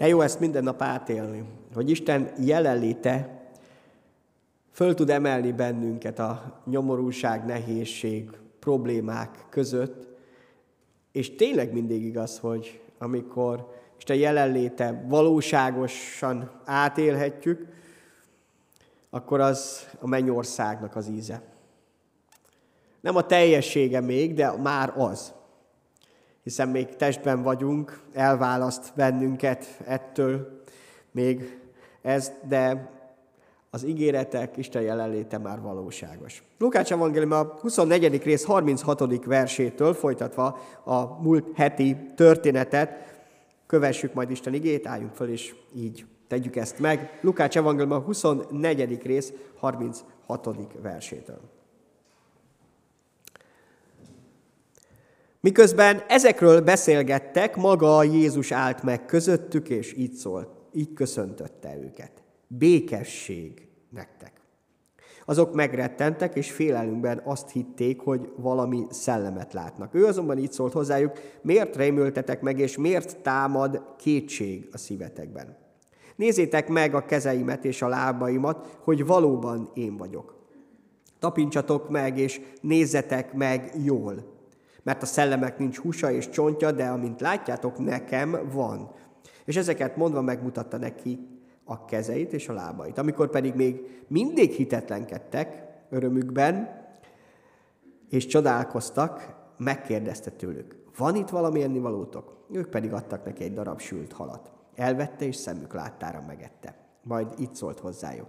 De jó ezt minden nap átélni, hogy Isten jelenléte föl tud emelni bennünket a nyomorúság, nehézség, problémák között, és tényleg mindig igaz, hogy amikor Isten jelenléte valóságosan átélhetjük, akkor az a mennyországnak az íze. Nem a teljessége még, de már az. Hiszen még testben vagyunk, elválaszt bennünket ettől még ez, de az ígéretek, Isten jelenléte már valóságos. Lukács evangélium a 24. rész 36. versétől folytatva a múlt heti történetet, kövessük majd Isten igét, álljunk föl, és így tegyük ezt meg. Lukács evangélium a 24. rész 36. versétől. Miközben ezekről beszélgettek, maga Jézus állt meg közöttük, és így szólt, így köszöntötte őket. Békesség nektek. Azok megrettentek, és félelmükben azt hitték, hogy valami szellemet látnak. Ő azonban így szólt hozzájuk, miért rémültetek meg, és miért támad kétség a szívetekben? Nézzétek meg a kezeimet és a lábaimat, hogy valóban én vagyok. Tapincsatok meg, és nézzetek meg jól. Mert a szellemek nincs húsa és csontja, de amint látjátok, nekem van. És ezeket mondva megmutatta neki a kezeit és a lábait. Amikor pedig még mindig hitetlenkedtek örömükben, és csodálkoztak, megkérdezte tőlük, van itt valami ennivalótok? Ők pedig adtak neki egy darab sült halat. Elvette, és szemük láttára megette. Majd így szólt hozzájuk.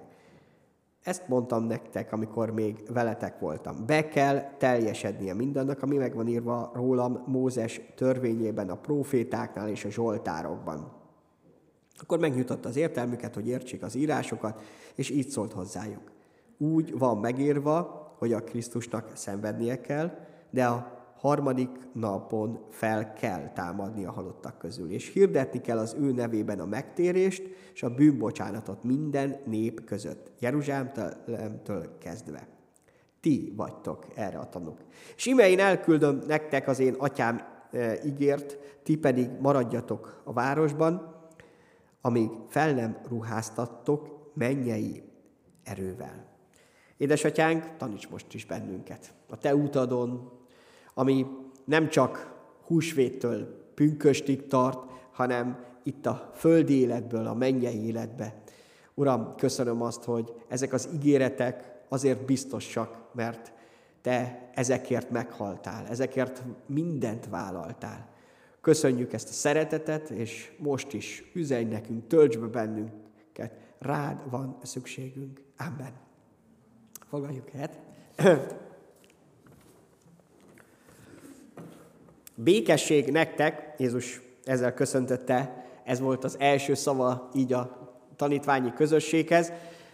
Ezt mondtam nektek, amikor még veletek voltam. Be kell teljesednie mindannak, ami meg van írva rólam Mózes törvényében, a prófétáknál és a zsoltárokban. Akkor megnyitotta az értelmüket, hogy értsék az írásokat, és így szólt hozzájuk. Úgy van megírva, hogy a Krisztusnak szenvednie kell, de a harmadik napon fel kell támadni a halottak közül, és hirdetni kell az ő nevében a megtérést és a bűnbocsánatot minden nép között, Jeruzsálemtől kezdve. Ti vagytok erre a tanúk. És íme én elküldöm nektek az én atyám ígért, ti pedig maradjatok a városban, amíg fel nem ruháztattok mennyei erővel. Édesatyánk, taníts most is bennünket a te utadon, ami nem csak húsvéttől pünköstig tart, hanem itt a földi életből, a mennyei életbe. Uram, köszönöm azt, hogy ezek az ígéretek azért biztosak, mert te ezekért meghaltál, ezekért mindent vállaltál. Köszönjük ezt a szeretetet, és most is üzenj nekünk, töltsd be bennünket. Rád van szükségünk. Amen. Foglaljuk helyet. Békesség nektek, Jézus ezzel köszöntötte, ez volt az első szava így a tanítványi közösséghez.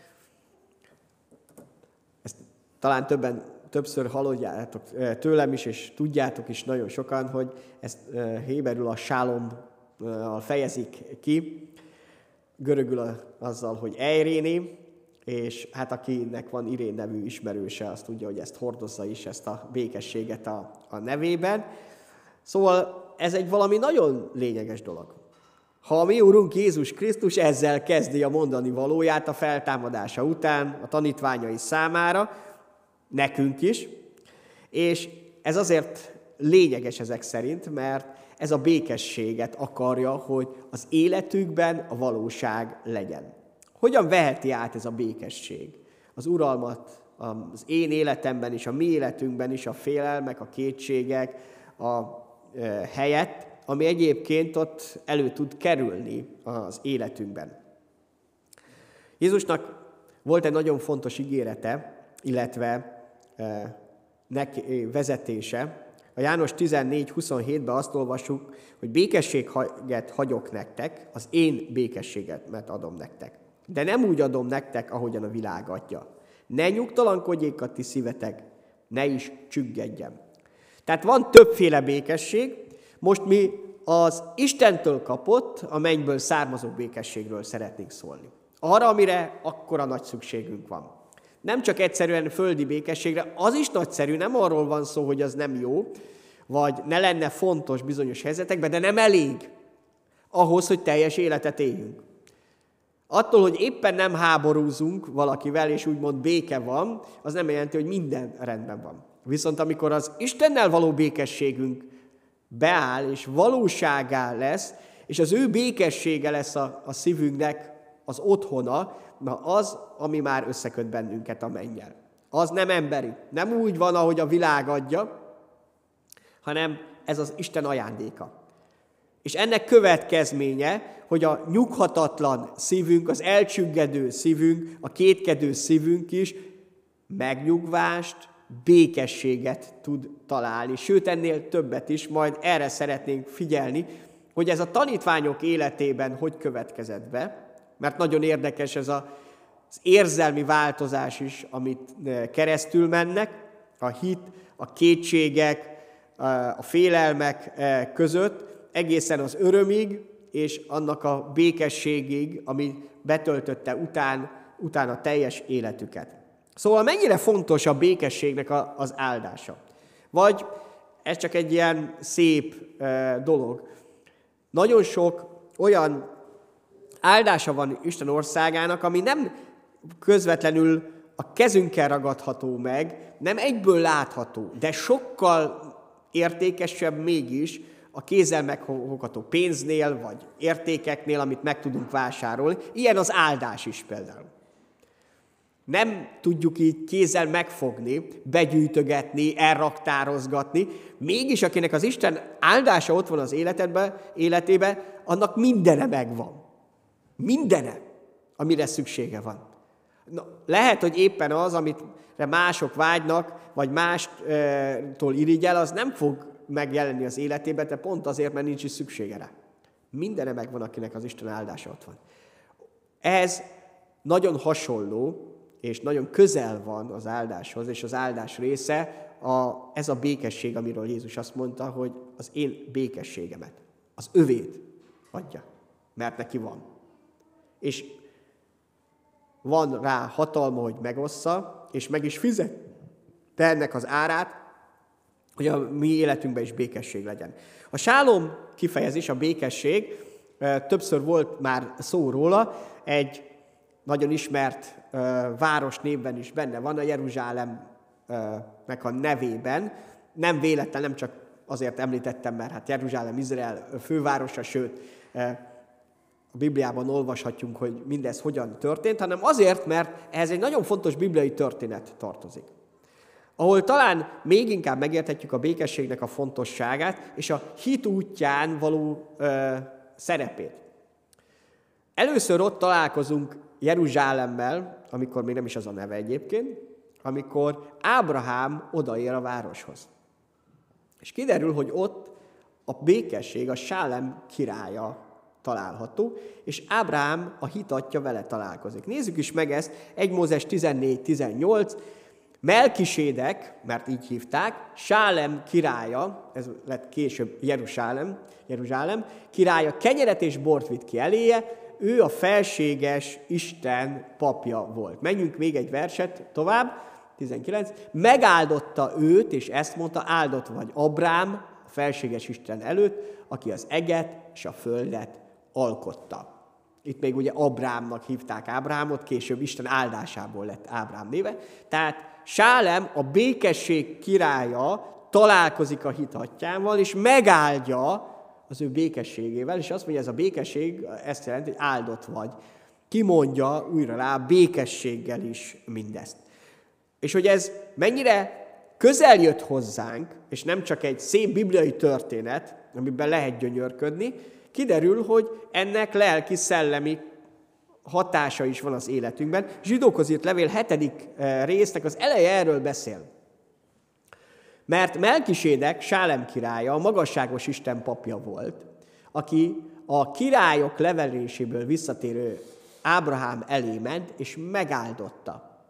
Ezt talán többször hallottátok tőlem is, és tudjátok is nagyon sokan, hogy ezt héberül a sálommal fejezik ki, görögül azzal, hogy eiréni, és hát akinek van Irén nevű ismerőse, azt tudja, hogy ezt hordozza is, ezt a békességet a nevében. Szóval ez egy valami nagyon lényeges dolog. Ha a mi Úrunk Jézus Krisztus ezzel kezdi a mondani valóját a feltámadása után a tanítványai számára, nekünk is, és ez azért lényeges ezek szerint, mert ez a békességet akarja, hogy az életükben a valóság legyen. Hogyan veheti át ez a békesség az uralmat az én életemben is, a mi életünkben is, a félelmek, a kétségek, a helyett, ami egyébként ott elő tud kerülni az életünkben. Jézusnak volt egy nagyon fontos ígérete, illetve vezetése. A János 14:27-ben azt olvassuk, hogy békességet hagyok nektek, az én békességemet adom nektek. De nem úgy adom nektek, ahogyan a világ adja. Ne nyugtalankodjék a ti szívetek, ne is csüggedjen. Tehát van többféle békesség, most mi az Istentől kapott, a mennyből származó békességről szeretnénk szólni. Arra, amire akkora nagy szükségünk van. Nem csak egyszerűen földi békességre, az is nagyszerű, nem arról van szó, hogy az nem jó, vagy ne lenne fontos bizonyos helyzetekben, de nem elég. ahhoz, hogy teljes életet éljünk. Attól, hogy éppen nem háborúzunk valakivel, és úgymond béke van, az nem jelenti, hogy minden rendben van. Viszont amikor az Istennel való békességünk beáll, és valóságá lesz, és az ő békessége lesz a szívünknek az otthona, na az, ami már összeköt bennünket a mennyel. Az nem emberi. Nem úgy van, ahogy a világ adja, hanem ez az Isten ajándéka. És ennek következménye, hogy a nyughatatlan szívünk, az elcsüggedő szívünk, a kétkedő szívünk is megnyugvást, békességet tud találni. Sőt, ennél többet is, majd erre szeretnénk figyelni, hogy ez a tanítványok életében hogy következett be, mert nagyon érdekes ez az érzelmi változás is, amit keresztül mennek, a hit, a kétségek, a félelmek között, egészen az örömig, és annak a békességig, ami betöltötte utána teljes életüket. Szóval mennyire fontos a békességnek az áldása? Vagy ez csak egy ilyen szép dolog. Nagyon sok olyan áldása van Isten országának, ami nem közvetlenül a kezünkkel ragadható meg, nem egyből látható, de sokkal értékesebb mégis a kézzel megfogható pénznél, vagy értékeknél, amit meg tudunk vásárolni. Ilyen az áldás is például. Nem tudjuk így kézzel megfogni, begyűjtögetni, elraktározgatni, mégis akinek az Isten áldása ott van az életében, annak mindene megvan. Mindene, amire szüksége van. Na, lehet, hogy éppen az, amire mások vágynak, vagy mástól irigyel, az nem fog megjelenni az életében, de pont azért, mert nincs is szüksége rá. Mindene megvan, akinek az Isten áldása ott van. Ez nagyon hasonló, és nagyon közel van az áldáshoz, és az áldás része ez a békesség, amiről Jézus azt mondta, hogy az én békességemet, az övét adja, mert neki van. És van rá hatalma, hogy megossza, és meg is fizet ennek az árát, hogy a mi életünkben is békesség legyen. A sálom kifejezés, a békesség, többször volt már szó róla, egy nagyon ismert város névben is benne van, a Jeruzsálemnek a nevében. Nem véletlen, nem csak azért említettem, mert hát Jeruzsálem Izrael fővárosa, sőt, a Bibliában olvashatjuk, hogy mindez hogyan történt, hanem azért, mert ehhez egy nagyon fontos bibliai történet tartozik, ahol talán még inkább megérthetjük a békességnek a fontosságát, és a hit útján való szerepét. Először ott találkozunk Jeruzsálemmel, amikor még nem is az a neve egyébként, amikor Ábrahám odaér a városhoz. És kiderül, hogy ott a békesség, a Sálem királya található, és Ábrahám a hit atya vele találkozik. Nézzük is meg ezt, 1 Mózes 14-18, Melkisédek, mert így hívták, Sálem királya, ez lett később Jeruzsálem királya, kenyeret és bort vitt ki eléje, ő a felséges Isten papja volt. Menjünk még egy verset tovább, 19. Megáldotta őt, és ezt mondta, áldott vagy Abrám, a felséges Isten előtt, aki az eget és a földet alkotta. Itt még ugye Abrámnak hívták Ábrahámot, később Isten áldásából lett Ábrám néve. Tehát Sálem, a békesség királya találkozik a hit atyjával, és megáldja az ő békességével, és azt mondja, ez a békesség, ezt jelenti, hogy áldott vagy. Kimondja újra rá békességgel is mindezt. És hogy ez mennyire közel jött hozzánk, és nem csak egy szép bibliai történet, amiben lehet gyönyörködni, kiderül, hogy ennek lelki-szellemi hatása is van az életünkben. Zsidókhoz írt levél 7. résznek az eleje erről beszél. Mert Melkisédek, Sálem királya, a magasságos Isten papja volt, aki a királyok leveléséből visszatérő Ábrahám elé ment, és megáldotta.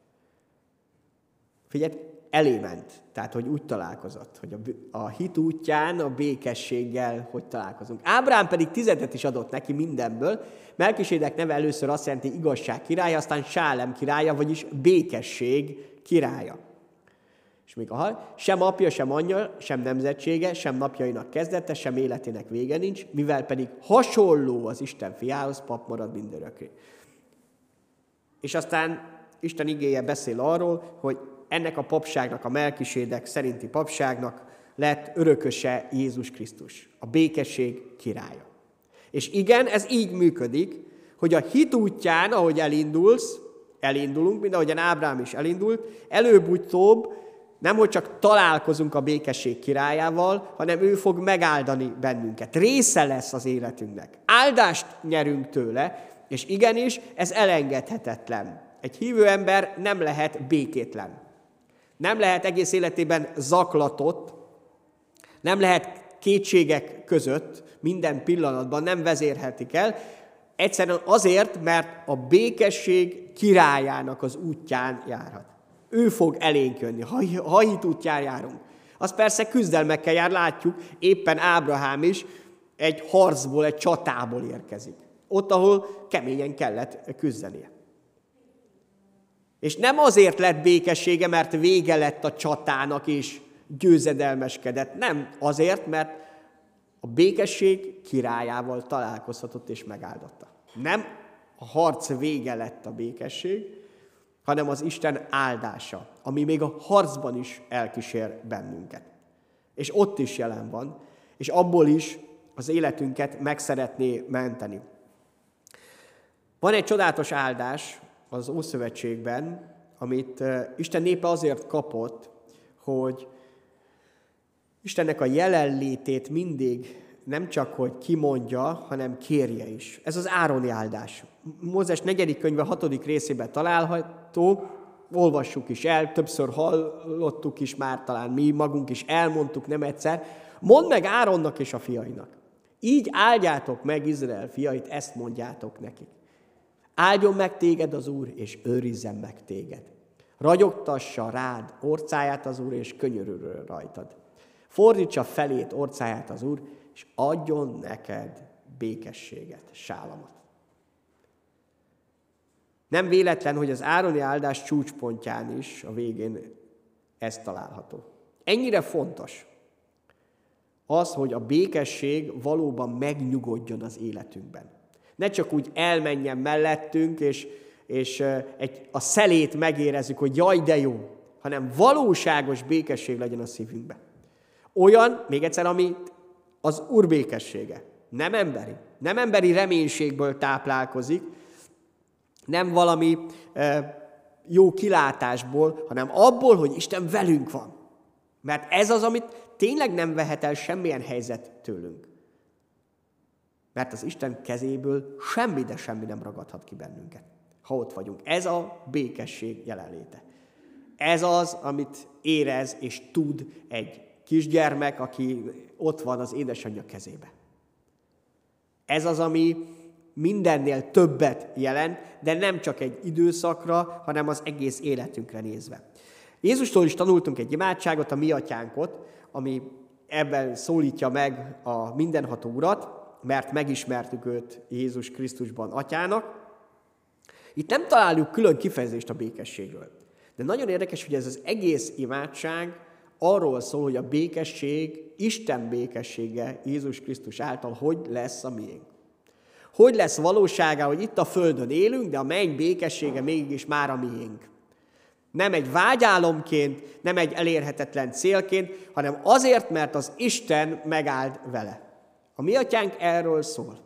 Figyelj, elé ment, tehát hogy úgy találkozott, hogy a hit útján a békességgel hogy találkozunk. Ábrahám pedig 10 is adott neki mindenből. Melkisédek neve először azt jelenti igazság királya, aztán Sálem királya, vagyis békesség királya. És még sem apja, sem anyja, sem nemzetsége, sem napjainak kezdete, sem életének vége nincs, mivel pedig hasonló az Isten fiához, pap marad mindörökké. És aztán Isten igéje beszél arról, hogy ennek a papságnak, a Melkisédek szerinti papságnak lett örököse Jézus Krisztus, a békesség királya. És igen, ez így működik, hogy a hit útján, ahogy elindulunk, mint ahogyan Ábrám is elindult, előbb-utóbb nemhogy csak találkozunk a békesség királyával, hanem ő fog megáldani bennünket. Része lesz az életünknek. Áldást nyerünk tőle, és igenis, ez elengedhetetlen. Egy hívő ember nem lehet békétlen. Nem lehet egész életében zaklatott, nem lehet kétségek között, minden pillanatban nem vezérhetik el, egyszerűen azért, mert a békesség királyának az útján járhat. Ő fog elénk jönni, ha hit útján járunk. Az persze küzdelmekkel jár, látjuk, éppen Ábrahám is egy harcból, egy csatából érkezik. Ott, ahol keményen kellett küzdenie. És nem azért lett békessége, mert vége lett a csatának és győzedelmeskedett. Nem azért, mert a békesség királyával találkozhatott és megáldotta. Nem a harc vége lett a békesség, hanem az Isten áldása, ami még a harcban is elkísér bennünket. És ott is jelen van, és abból is az életünket meg szeretné menteni. Van egy csodálatos áldás az Ószövetségben, amit Isten népe azért kapott, hogy Istennek a jelenlétét mindig nem csak, hogy kimondja, hanem kérje is. Ez az Ároni áldás. Mózes 4. könyve 6. részében található, olvassuk is el, többször hallottuk is már, talán mi magunk is elmondtuk nem egyszer. Mondd meg Áronnak és a fiainak. Így áldjátok meg Izrael fiait, ezt mondjátok nekik. Áldjon meg téged az Úr, és őrizzen meg téged. Ragyogtassa rád orcáját az Úr, és könyörül rajtad. Fordítsa felét orcáját az Úr, és adjon neked békességet, sálamot. Nem véletlen, hogy az ároni áldás csúcspontján is a végén ez található. Ennyire fontos az, hogy a békesség valóban megnyugodjon az életünkben. Ne csak úgy elmenjen mellettünk, és a szelét megérezzük, hogy jaj, de jó, hanem valóságos békesség legyen a szívünkben. Olyan, még egyszer, ami az Úr békessége. Nem emberi reménységből táplálkozik, nem valami jó kilátásból, hanem abból, hogy Isten velünk van. Mert ez az, amit tényleg nem vehet el semmilyen helyzet tőlünk. Mert az Isten kezéből semmi, de semmi nem ragadhat ki bennünket, ha ott vagyunk. Ez a békesség jelenléte. Ez az, amit érez és tud egy kisgyermek, aki ott van az édesanyja kezébe. Ez az, ami mindennél többet jelent, de nem csak egy időszakra, hanem az egész életünkre nézve. Jézustól is tanultunk egy imádságot, a Mi Atyánkot, ami ebben szólítja meg a mindenható Urat, mert megismertük őt Jézus Krisztusban Atyának. Itt nem találjuk külön kifejezést a békességről. De nagyon érdekes, hogy ez az egész imádság arról szól, hogy a békesség, Isten békessége Jézus Krisztus által hogy lesz a miénk. Hogy lesz valóságá, hogy itt a földön élünk, de a menny békessége mégis már a miénk. Nem egy vágyálomként, nem egy elérhetetlen célként, hanem azért, mert az Isten megállt vele. A Mi Atyánk erről szól.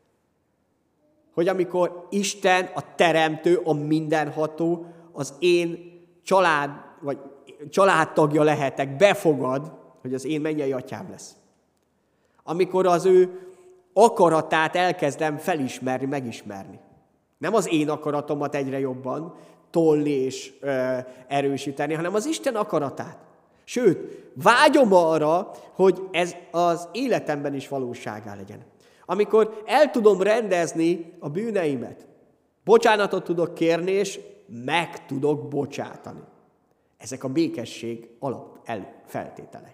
Hogy amikor Isten, a teremtő, a mindenható, az én családtagja lehetek, befogad, hogy az én mennyei atyám lesz. Amikor az ő akaratát elkezdem felismerni, megismerni. Nem az én akaratomat egyre jobban tolni és erősíteni, hanem az Isten akaratát. Sőt, vágyom arra, hogy ez az életemben is valóságá legyen. Amikor el tudom rendezni a bűneimet, bocsánatot tudok kérni, és meg tudok bocsátani. Ezek a békesség feltételei.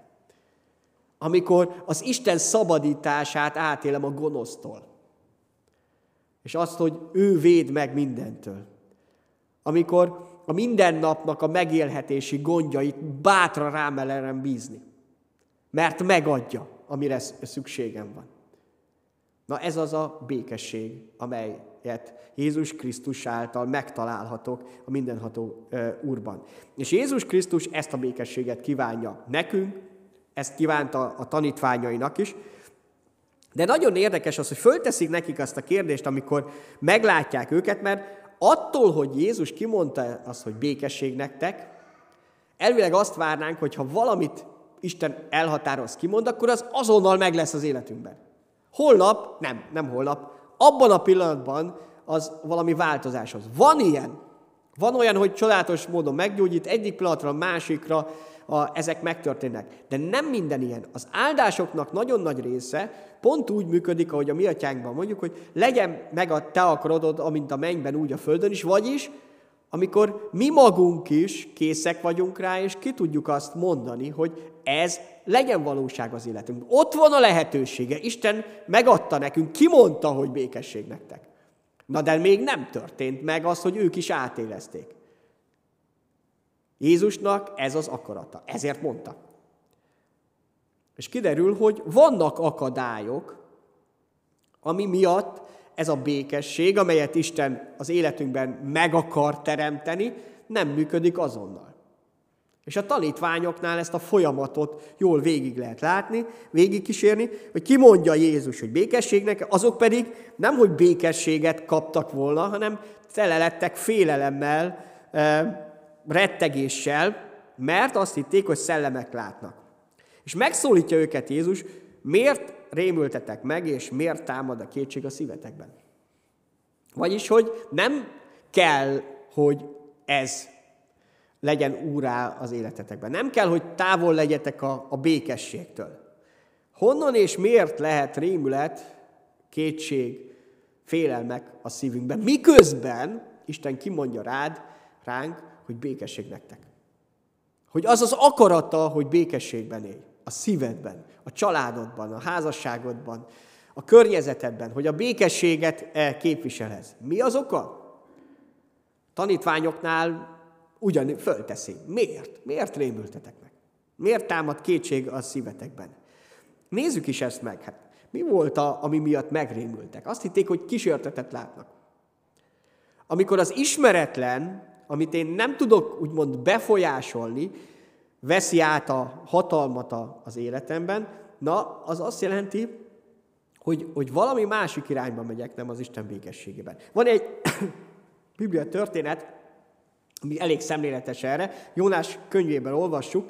Amikor az Isten szabadítását átélem a gonosztól, és azt, hogy ő véd meg mindentől. Amikor a mindennapnak a megélhetési gondjait bátran rámerem bízni. Mert megadja, amire szükségem van. Na ez az a békesség, amelyet Jézus Krisztus által megtalálhatok a mindenható Úrban. És Jézus Krisztus ezt a békességet kívánja nekünk, ezt kívánta a tanítványainak is, de nagyon érdekes az, hogy fölteszik nekik azt a kérdést, amikor meglátják őket, mert attól, hogy Jézus kimondta azt, hogy békesség nektek, elvileg azt várnánk, hogy ha valamit Isten elhatároz, kimond, akkor az azonnal meg lesz az életünkben. Holnap, nem holnap, abban a pillanatban az valami változáshoz. Van ilyen. Van olyan, hogy csodálatos módon meggyógyít, egyik pillanatra a másikra ezek megtörténnek. De nem minden ilyen. Az áldásoknak nagyon nagy része pont úgy működik, ahogy a mi atyánkban mondjuk, hogy legyen meg a te akarodod, amint a mennyben, úgy a földön is, vagyis amikor mi magunk is készek vagyunk rá, és ki tudjuk azt mondani, hogy ez legyen valóság az életünk. Ott van a lehetősége. Isten megadta nekünk, kimondta, hogy békesség nektek. Na de még nem történt meg az, hogy ők is átélezték. Jézusnak ez az akarata. Ezért mondta. És kiderül, hogy vannak akadályok, ami miatt ez a békesség, amelyet Isten az életünkben meg akar teremteni, nem működik azonnal. És a tanítványoknál ezt a folyamatot jól végig lehet látni, végig kísérni, hogy ki mondja Jézus, hogy békességnek, azok pedig nem, hogy békességet kaptak volna, hanem tele lettek félelemmel, rettegéssel, mert azt hitték, hogy szellemek látnak. És megszólítja őket Jézus, miért rémültetek meg, és miért támad a kétség a szívetekben? Vagyis, hogy nem kell, hogy ez legyen úrrá az életetekben. Nem kell, hogy távol legyetek a békességtől. Honnan és miért lehet rémület, kétség, félelmek a szívünkben? Miközben Isten kimondja ránk, hogy békesség nektek. Hogy az az akarata, hogy békességben élj. A szívedben, a családodban, a házasságodban, a környezetedben, hogy a békességet képviselhez. Mi az oka? Tanítványoknál ugyan fölteszi. Miért? Miért rémültetek meg? Miért támad kétség a szívetekben? Nézzük is ezt meg. Hát, mi volt, ami miatt megrémültek? Azt hitték, hogy kísértetet látnak. Amikor az ismeretlen, amit én nem tudok úgymond befolyásolni, veszi át a hatalmat az életemben, na, az azt jelenti, hogy valami másik irányba megyek, nem az Isten békességében. Van egy Biblia történet, ami elég szemléletes erre. Jónás könyvében olvassuk.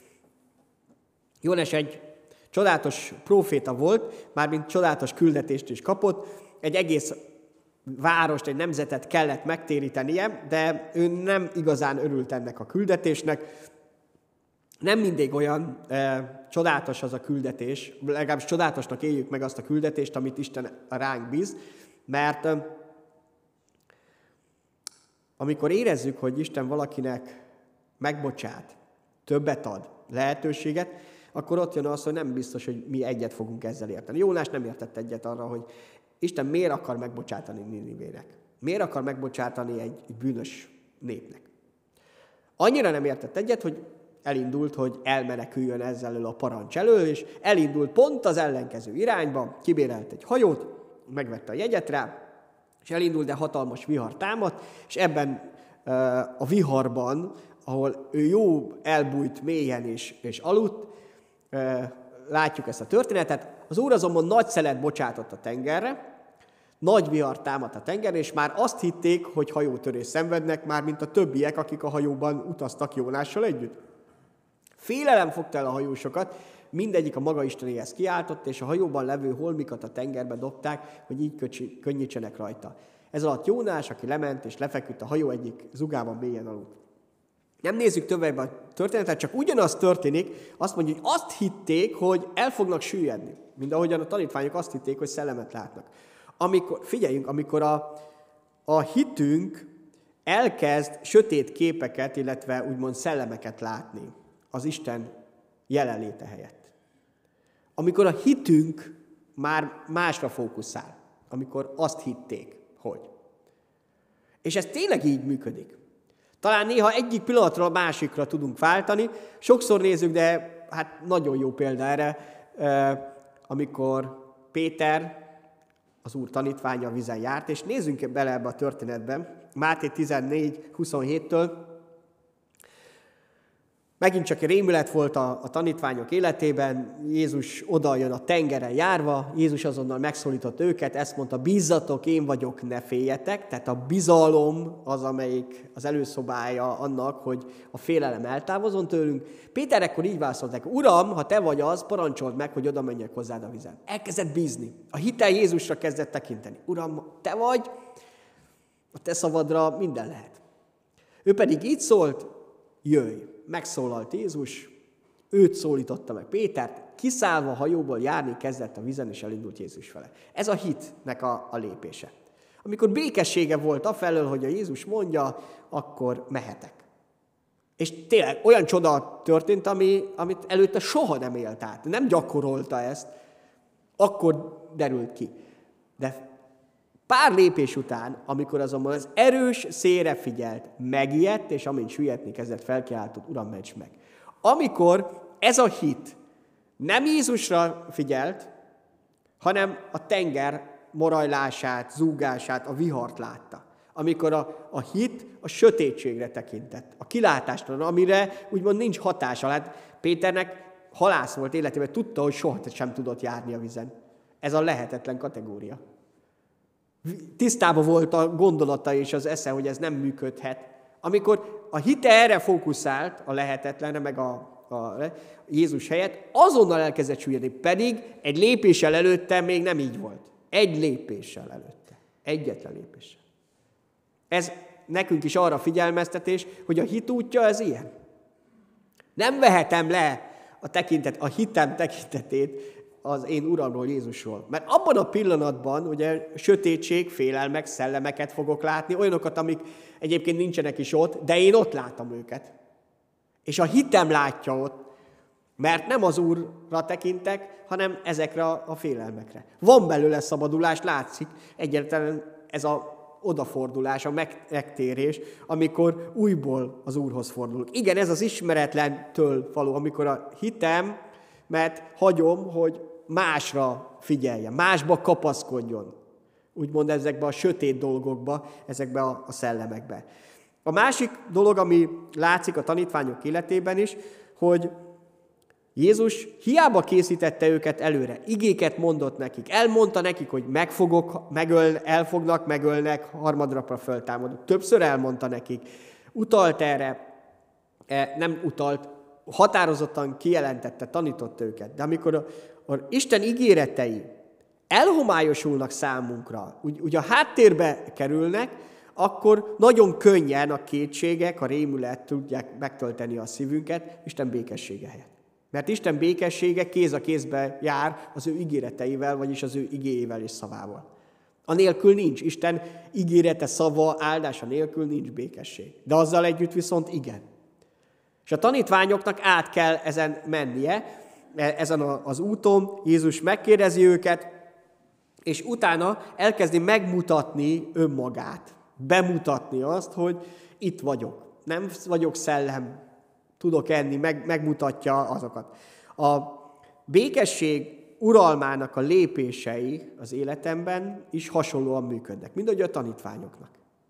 Jónás egy csodálatos próféta volt, mármint csodálatos küldetést is kapott. Egy egész várost, egy nemzetet kellett megtérítenie, de ő nem igazán örült ennek a küldetésnek. Nem mindig olyan csodálatos az a küldetés, legalábbis csodálatosnak éljük meg azt a küldetést, amit Isten ránk bíz, mert amikor érezzük, hogy Isten valakinek megbocsát, többet ad, lehetőséget, akkor ott jön az, hogy nem biztos, hogy mi egyet fogunk ezzel érteni. Jónás nem értett egyet arra, hogy Isten miért akar megbocsátani Ninivének. Miért akar megbocsátani egy bűnös népnek. Annyira nem értett egyet, hogy elindult, hogy elmeneküljön ezzel a parancs elől, és elindult pont az ellenkező irányba, kibérelt egy hajót, megvette a jegyet rá, és elindult, de hatalmas vihar támadt, és ebben a viharban, ahol ő jó elbújt mélyen és aludt, látjuk ezt a történetet, az Úr azonban nagy szelet bocsátott a tengerre, nagy vihar támadt a tengerre, és már azt hitték, hogy hajótörés szenvednek, már mint a többiek, akik a hajóban utaztak Jónással együtt. Félelem fogta el a hajósokat, mindegyik a maga istenéhez kiáltott, és a hajóban levő holmikat a tengerbe dobták, hogy így könnyítsenek rajta. Ez alatt Jónás, aki lement és lefeküdt a hajó egyik zugában mélyen aludt. Nem nézzük tovább a történetet, csak ugyanaz történik, azt mondja, hogy azt hitték, hogy el fognak süllyedni, mint ahogyan a tanítványok azt hitték, hogy szellemet látnak. Figyeljünk, amikor a hitünk elkezd sötét képeket, illetve úgymond szellemeket látni az Isten jelenléte helyett. Amikor a hitünk már másra fókuszál, amikor azt hitték, hogy. És ez tényleg így működik. Talán néha egyik pillanatról a másikra tudunk váltani. Sokszor nézzük, de hát nagyon jó példa erre, amikor Péter, az Úr tanítványa a vízen járt, és nézzünk bele ebbe a történetbe. Máté 14:27-től. Megint csak rémület volt a tanítványok életében, Jézus odajön a tengeren járva, Jézus azonnal megszólított őket, ezt mondta, bízzatok, én vagyok, ne féljetek. Tehát a bizalom az, amelyik az előszobája annak, hogy a félelem eltávozon tőlünk. Péter ekkor így válaszolt neki, Uram, ha te vagy az, parancsold meg, hogy oda menjek hozzád a vízen. Elkezdett bízni. A hitel Jézusra kezdett tekinteni. Uram, te vagy, a te szavadra minden lehet. Ő pedig így szólt, jöjj. Megszólalt Jézus, őt szólította meg Pétert, kiszállva a hajóból járni kezdett a vízen, és elindult Jézus fele. Ez a hitnek a lépése. Amikor békessége volt afelől, hogy a Jézus mondja, akkor mehetek. És tényleg olyan csoda történt, amit előtte soha nem élt át. Nem gyakorolta ezt, akkor derült ki. De pár lépés után, amikor azonban az erős szélre figyelt, megijedt, és amint süllyedni kezdett, felkiáltott, Uram, ments meg. Amikor ez a hit nem Jézusra figyelt, hanem a tenger morajlását, zúgását, a vihart látta. Amikor a hit a sötétségre tekintett, a kilátásra, amire úgymond nincs hatása. Hát Péternek halász volt életében, tudta, hogy soha sem tudott járni a vízen. Ez a lehetetlen kategória. Tisztában volt a gondolata és az esze, hogy ez nem működhet. Amikor a hite erre fókuszált, a lehetetlenre, meg a Jézus helyett, azonnal elkezdett süllyedni, pedig egy lépéssel előtte még nem így volt. Egy lépéssel előtte. Egyetlen lépéssel. Ez nekünk is arra figyelmeztetés, hogy a hit útja ez ilyen. Nem vehetem le a hitem tekintetét az én Uramról, Jézusról. Mert abban a pillanatban, ugye sötétség, félelmek, szellemeket fogok látni, olyanokat, amik egyébként nincsenek is ott, de én ott látom őket. És a hitem látja ott, mert nem az Úrra tekintek, hanem ezekre a félelmekre. Van belőle szabadulás, látszik egyáltalán ez a odafordulás, a megtérés, amikor újból az Úrhoz fordulok. Igen, ez az ismeretlentől való, amikor a hitem, mert hagyom, hogy másra figyeljen, másba kapaszkodjon. Úgymond ezekbe a sötét dolgokba, ezekbe a szellemekbe. A másik dolog, ami látszik a tanítványok életében is, hogy Jézus hiába készítette őket előre, igéket mondott nekik, elmondta nekik, hogy elfognak, megölnek, harmadnapra föltámadnak. Többször elmondta nekik, utalt erre, nem utalt, határozottan kijelentette, tanította őket. De amikor a Isten ígéretei elhomályosulnak számunkra, úgy a háttérbe kerülnek, akkor nagyon könnyen a kétségek, a rémület tudják megtölteni a szívünket Isten békessége helyett. Mert Isten békessége kéz a kézbe jár az ő ígéreteivel, vagyis az ő igéjével és szavával. Anélkül nincs. Isten ígérete, szava, áldása nélkül nincs békesség. De azzal együtt viszont igen. És a tanítványoknak át kell ezen mennie, ezen az úton. Jézus megkérdezi őket, és utána elkezdi megmutatni önmagát. Bemutatni azt, hogy itt vagyok. Nem vagyok szellem, tudok enni, megmutatja azokat. A békesség uralmának a lépései az életemben is hasonlóan működnek, mint ahogy a tanítványoknak.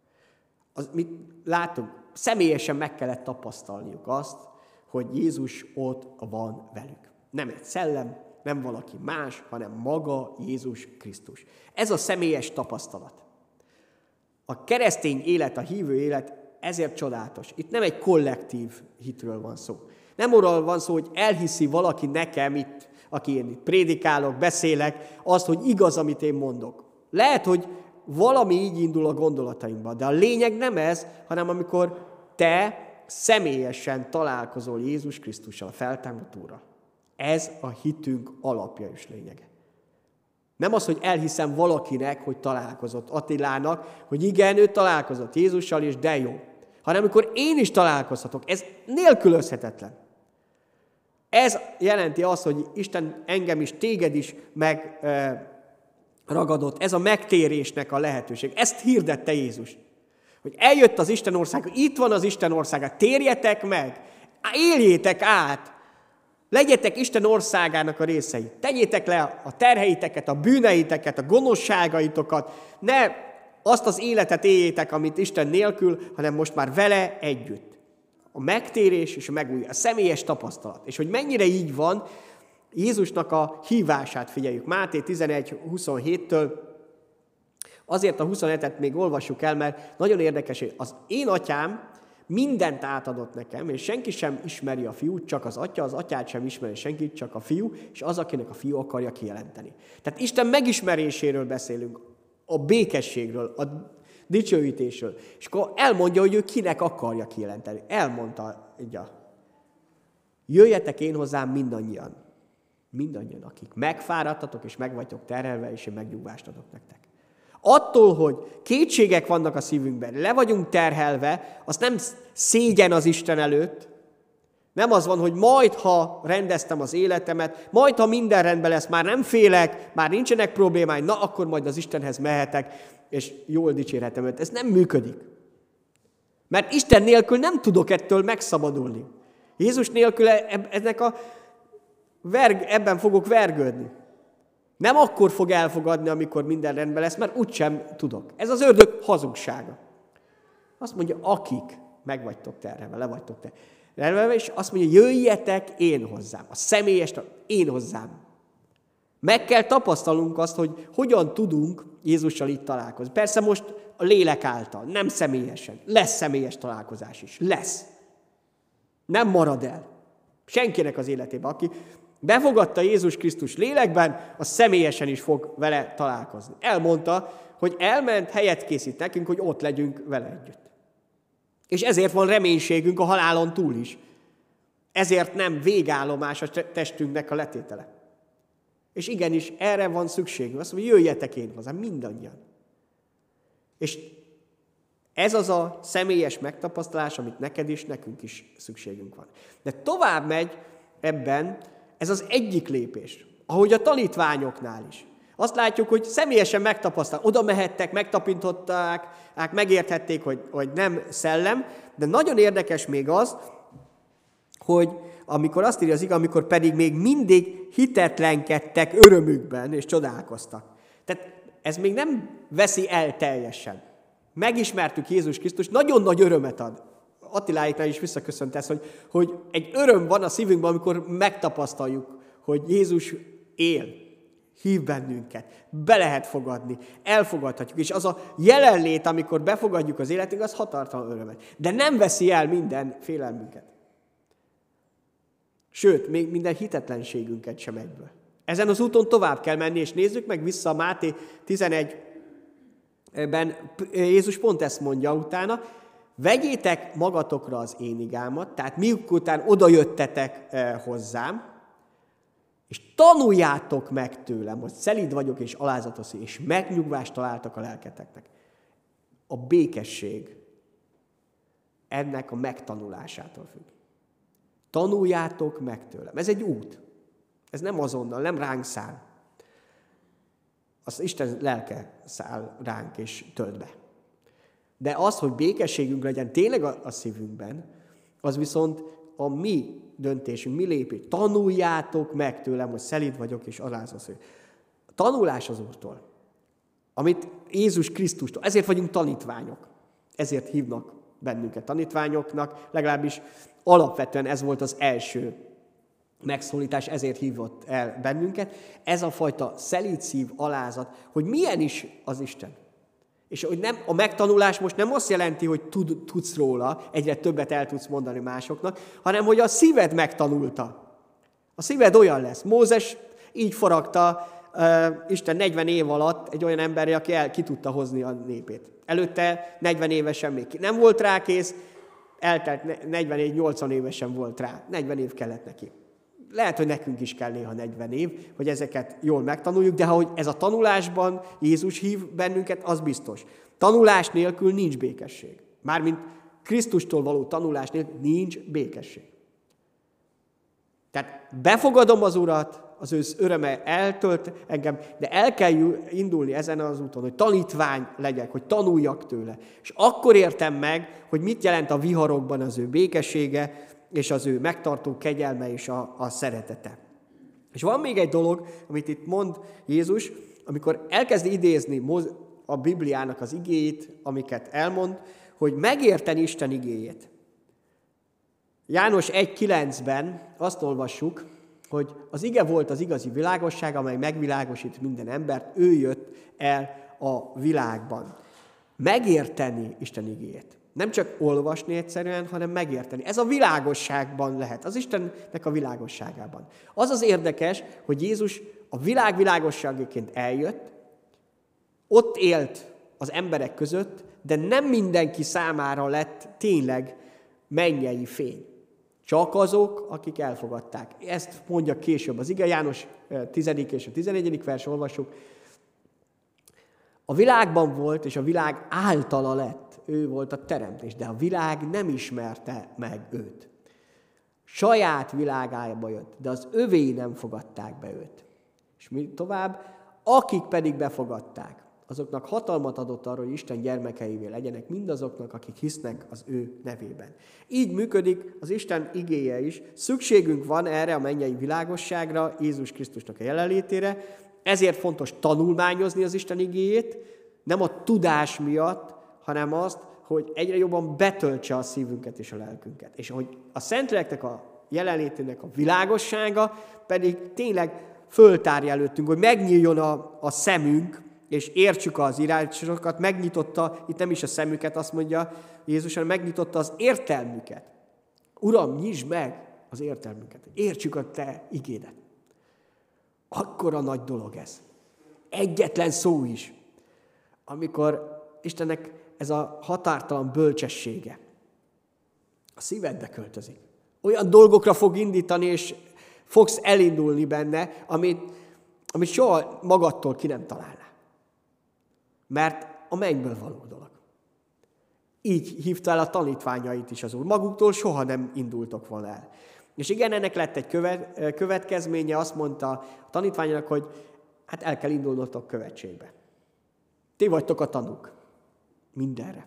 Mit látunk? Személyesen meg kellett tapasztalniuk azt, hogy Jézus ott van velük. Nem egy szellem, nem valaki más, hanem maga Jézus Krisztus. Ez a személyes tapasztalat. A keresztény élet, a hívő élet ezért csodálatos. Itt nem egy kollektív hitről van szó. Nem arról van szó, hogy elhiszi valaki nekem itt, aki én itt prédikálok, beszélek, azt, hogy igaz, amit én mondok. Lehet, hogy valami így indul a gondolataimban, de a lényeg nem ez, hanem amikor te személyesen találkozol Jézus Krisztussal, a feltámadt Úrral. Ez a hitünk alapja és lényege. Nem az, hogy elhiszem valakinek, hogy találkozott Attilának, hogy igen, ő találkozott Jézussal, és de jó. Hanem amikor én is találkozhatok, ez nélkülözhetetlen. Ez jelenti azt, hogy Isten engem is, téged is megragadott. Ez a megtérésnek a lehetőség. Ezt hirdette Jézus. Hogy eljött az Isten országa, itt van az Isten országa, térjetek meg, éljétek át, legyetek Isten országának a részei. Tegyétek le a terheiteket, a bűneiteket, a gonoszságaitokat, ne azt az életet éljétek, amit Isten nélkül, hanem most már vele együtt. A megtérés és a megújulás, a személyes tapasztalat. És hogy mennyire így van, Jézusnak a hívását figyeljük. Máté 11:27-től, azért a 27-et még olvassuk el, mert nagyon érdekes, hogy az én atyám mindent átadott nekem, és senki sem ismeri a fiút, csak az atya, az atyát sem ismeri senki, csak a fiú, és az, akinek a fiú akarja kijelenteni. Tehát Isten megismeréséről beszélünk, a békességről, a dicsőítésről, és akkor elmondja, hogy ő kinek akarja kijelenteni. Elmondta, jöjjetek én hozzám mindannyian, akik megfáradtatok és meg vagytok terhelve, és én megnyugvást adok nektek. Attól, hogy kétségek vannak a szívünkben, le vagyunk terhelve, az nem szégyen az Isten előtt, nem az van, hogy majd, ha rendeztem az életemet, majd, ha minden rendben lesz, már nem félek, már nincsenek problémáim, na, akkor majd az Istenhez mehetek, és jól dicsérhetem őt. Ez nem működik. Mert Isten nélkül nem tudok ettől megszabadulni. Jézus nélkül ebben fogok vergődni. Nem akkor fog elfogadni, amikor minden rendben lesz, mert úgysem tudok. Ez az ördög hazugsága. Azt mondja, akik meg vagytok terhelve, le vagytok terhelve, és azt mondja, jöjjetek én hozzám. A személyes, én hozzám. Meg kell tapasztalnunk azt, hogy hogyan tudunk Jézussal itt találkozni. Persze most a lélek által, nem személyesen. Lesz személyes találkozás is. Lesz. Nem marad el. Senkinek az életében, aki befogadta Jézus Krisztus lélekben, az személyesen is fog vele találkozni. Elmondta, hogy elment, helyet készít nekünk, hogy ott legyünk vele együtt. És ezért van reménységünk a halálon túl is. Ezért nem végállomás a testünknek a letétele. És igenis, erre van szükségünk. Azt mondja, jöjjetek én hozzám, mindannyian. És ez az a személyes megtapasztalás, amit neked is, nekünk is szükségünk van. De tovább megy ebben, ez az egyik lépés, ahogy a tanítványoknál is. Azt látjuk, hogy személyesen megtapasztalták, oda mehettek, megtapintották, megérthették, hogy nem szellem, de nagyon érdekes még az, hogy amikor azt írja az ige, amikor pedig még mindig hitetlenkedtek örömükben, és csodálkoztak. Tehát ez még nem veszi el teljesen. Megismertük Jézus Krisztust, nagyon nagy örömet ad. Attiláéknál is visszaköszöntesz, hogy egy öröm van a szívünkben, amikor megtapasztaljuk, hogy Jézus él, hív bennünket, be lehet fogadni, elfogadhatjuk, és az a jelenlét, amikor befogadjuk az életünk, az hatartalan örömet. De nem veszi el minden félelmünket. Sőt, még minden hitetlenségünket sem egyből. Ezen az úton tovább kell menni, és nézzük meg vissza a Máté 11-ben, Jézus pont ezt mondja utána, vegyétek magatokra az én igámat, tehát miután odajöttetek hozzám, és tanuljátok meg tőlem, hogy szelíd vagyok és alázatos, és megnyugvást találtak a lelketeknek. A békesség ennek a megtanulásától függ. Tanuljátok meg tőlem. Ez egy út. Ez nem azonnal, nem ránk száll. Az Isten lelke száll ránk és tölt be. De az, hogy békességünk legyen tényleg a szívünkben, az viszont a mi döntésünk, mi lépés. Tanuljátok meg tőlem, hogy szelíd vagyok és alázat. A tanulás az Úrtól, amit Jézus Krisztustól. Ezért vagyunk tanítványok. Ezért hívnak bennünket tanítványoknak, legalábbis alapvetően ez volt az első megszólítás, ezért hívott el bennünket. Ez a fajta szelíd szív, alázat, hogy milyen is az Isten. És hogy nem, a megtanulás most nem azt jelenti, hogy tudsz róla, egyre többet el tudsz mondani másoknak, hanem hogy a szíved megtanulta. A szíved olyan lesz. Mózes így faragta Isten 40 év alatt egy olyan emberre, aki ki tudta hozni a népét. Előtte 40 évesen még nem volt rá kész, eltelt 40 év, 80 évesen volt rá. 40 év kellett neki. Lehet, hogy nekünk is kell néha 40 év, hogy ezeket jól megtanuljuk, de hogy ez a tanulásban Jézus hív bennünket, az biztos. Tanulás nélkül nincs békesség. Mármint Krisztustól való tanulás nélkül nincs békesség. Tehát befogadom az Urat, az ő öröme eltölt engem, de el kell indulni ezen az úton, hogy tanítvány legyek, hogy tanuljak tőle. És akkor értem meg, hogy mit jelent a viharokban az ő békessége, és az ő megtartó kegyelme és a szeretete. És van még egy dolog, amit itt mond Jézus, amikor elkezdi idézni a Bibliának az igéjét, amiket elmond, hogy megérteni Isten igéjét. János 1.9-ben azt olvassuk, hogy az ige volt az igazi világosság, amely megvilágosít minden embert, ő jött el a világban. Megérteni Isten igéjét. Nem csak olvasni egyszerűen, hanem megérteni. Ez a világosságban lehet, az Istennek a világosságában. Az az érdekes, hogy Jézus a világ világosságaként eljött, ott élt az emberek között, de nem mindenki számára lett tényleg mennyei fény. Csak azok, akik elfogadták. Ezt mondja később az ige, János 10. és a 11. vers olvassuk. A világban volt, és a világ általa lett. Ő volt a teremtés, de a világ nem ismerte meg őt. Saját világába jött, de az övéi nem fogadták be őt. És mi tovább? Akik pedig befogadták, azoknak hatalmat adott arra, hogy Isten gyermekeivé legyenek, mindazoknak, akik hisznek az ő nevében. Így működik az Isten igéje is. Szükségünk van erre a mennyei világosságra, Jézus Krisztusnak a jelenlétére. Ezért fontos tanulmányozni az Isten igéjét, nem a tudás miatt, hanem azt, hogy egyre jobban betöltse a szívünket és a lelkünket. És hogy a Szentléleknek a jelenlétének a világossága pedig tényleg föltárja előttünk, hogy megnyíljon a szemünk, és értsük az írásokat, megnyitotta, itt nem is a szemüket, azt mondja Jézus, hanem megnyitotta az értelmüket. Uram, nyisd meg az értelmünket, értsük a te igédet. Akkora nagy dolog ez. Egyetlen szó is, amikor Istennek ez a határtalan bölcsessége a szívedbe költözik. Olyan dolgokra fog indítani, és fogsz elindulni benne, amit soha magadtól ki nem találnál. Mert a mennyből való dolog. Így hívta el a tanítványait is az Úr. Maguktól soha nem indultok volna el. És igen, ennek lett egy következménye, azt mondta a tanítványnak, hogy hát el kell indulnotok követségbe. Ti vagytok a tanúk. Mindenre.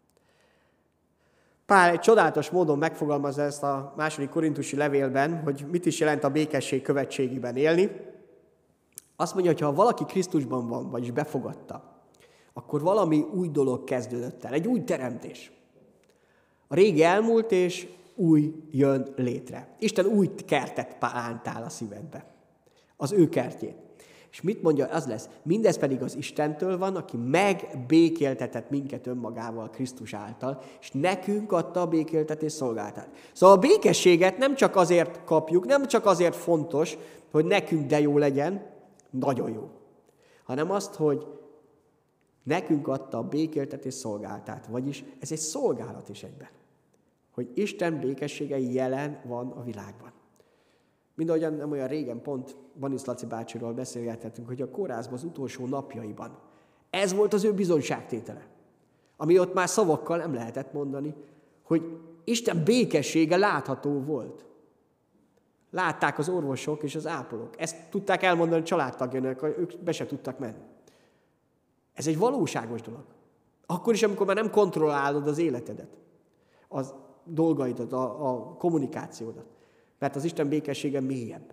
Pál egy csodálatos módon megfogalmazza ezt a 2. Korintusi levélben, hogy mit is jelent a békesség követségében élni. Azt mondja, hogy ha valaki Krisztusban van, vagyis befogadta, akkor valami új dolog kezdődött el, egy új teremtés. A régi elmúlt, és új jön létre. Isten új kertet pántál a szívedbe. Az ő kertjét. És mit mondja, az lesz, mindez pedig az Istentől van, aki megbékéltetett minket önmagával Krisztus által, és nekünk adta a békéltetés szolgáltát. Szóval a békességet nem csak azért kapjuk, nem csak azért fontos, hogy nekünk de jó legyen, nagyon jó, hanem azt, hogy nekünk adta a békéltetés szolgáltát, vagyis ez egy szolgálat is egyben, hogy Isten békessége jelen van a világban. Mindahogyan nem olyan régen pont Banisz Laci bácsiról beszélgettünk, hogy a kórházban az utolsó napjaiban ez volt az ő bizonyságtétele, ami ott már szavakkal nem lehetett mondani, hogy Isten békessége látható volt. Látták az orvosok és az ápolók. Ezt tudták elmondani a családtagjának, ők be se tudtak menni. Ez egy valóságos dolog. Akkor is, amikor már nem kontrollálod az életedet, az dolgaidat, a kommunikációdat. Mert az Isten békessége mélyebb.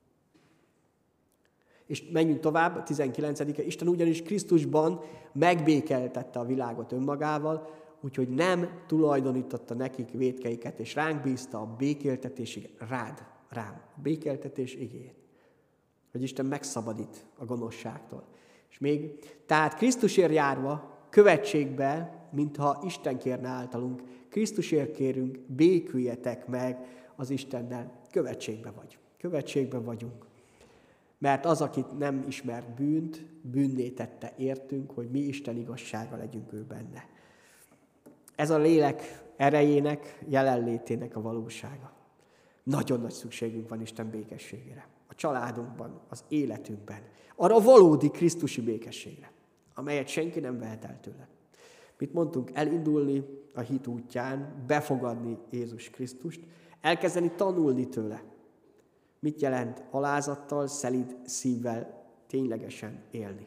És menjünk tovább, a 19. Isten ugyanis Krisztusban megbékeltette a világot önmagával, úgyhogy nem tulajdonította nekik vétkeiket, és ránk bízta a békéltetés rám, a békéltetés igéjét. Hogy Isten megszabadít a gonoszságtól. És még, tehát Krisztusért járva, követségbe, mintha Isten kérne általunk, Krisztusért kérünk, béküljetek meg az Istennel. Követségbe vagyunk. Mert az, akit nem ismert bűnt, bűnné tette értünk, hogy mi Isten igazsága legyünk ő benne. Ez a lélek erejének, jelenlétének a valósága. Nagyon nagy szükségünk van Isten békességére. A családunkban, az életünkben. Arra a valódi krisztusi békességre, amelyet senki nem vehet el tőle. Mit mondtunk? Elindulni a hit útján, befogadni Jézus Krisztust, elkezdeni tanulni tőle. Mit jelent alázattal, szelíd szívvel ténylegesen élni?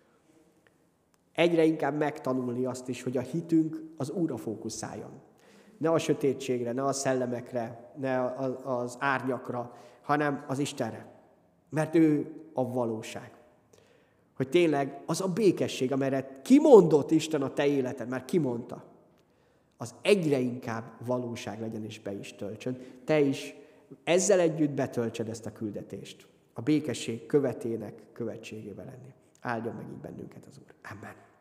Egyre inkább megtanulni azt is, hogy a hitünk az Úrra fókuszáljon. Ne a sötétségre, ne a szellemekre, ne az árnyakra, hanem az Istenre. Mert ő a valóság. Hogy tényleg az a békesség, amelyet kimondott Isten a te életed, már kimondta, az egyre inkább valóság legyen és be is töltsön. Te is ezzel együtt betöltsed ezt a küldetést. A békesség követének követségével lenni. Áldjon meg így bennünket az Úr. Amen.